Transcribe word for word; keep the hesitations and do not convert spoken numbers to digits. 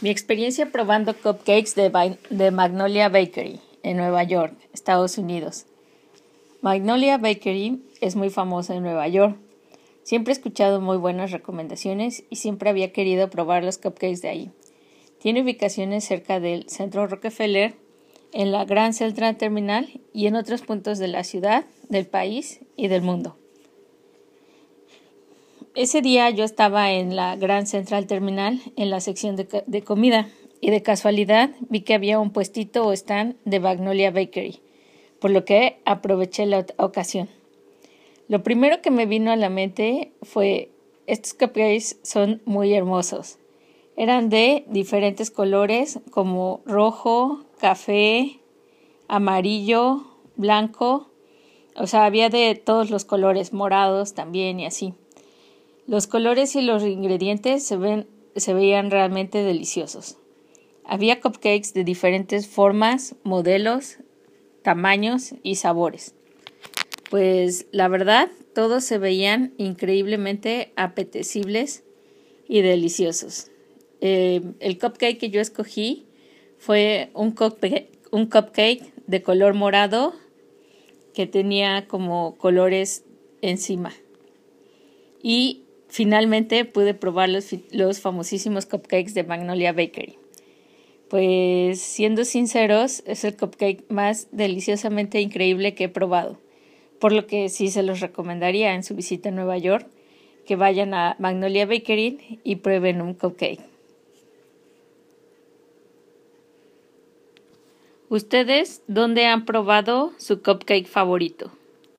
Mi experiencia probando cupcakes de, de Magnolia Bakery en Nueva York, Estados Unidos. Magnolia Bakery es muy famosa en Nueva York. Siempre he escuchado muy buenas recomendaciones y siempre había querido probar los cupcakes de ahí. Tiene ubicaciones cerca del Centro Rockefeller, en la Grand Central Terminal y en otros puntos de la ciudad, del país y del mundo. Ese día yo estaba en la Grand Central Terminal en la sección de, de comida y de casualidad vi que había un puestito o stand de Magnolia Bakery, por lo que aproveché la ocasión. Lo primero que me vino a la mente fue, estos cupcakes son muy hermosos. Eran de diferentes colores como rojo, café, amarillo, blanco, o sea, había de todos los colores, morados también y así. Los colores y los ingredientes se, ven, se veían realmente deliciosos. Había cupcakes de diferentes formas, modelos, tamaños y sabores. Pues la verdad, todos se veían increíblemente apetecibles y deliciosos. Eh, el cupcake que yo escogí fue un cupcake, un cupcake de color morado que tenía como colores encima. Y finalmente pude probar los, los famosísimos cupcakes de Magnolia Bakery. Pues siendo sinceros, es el cupcake más deliciosamente increíble que he probado. Por lo que sí se los recomendaría en su visita a Nueva York, que vayan a Magnolia Bakery y prueben un cupcake. ¿Ustedes dónde han probado su cupcake favorito?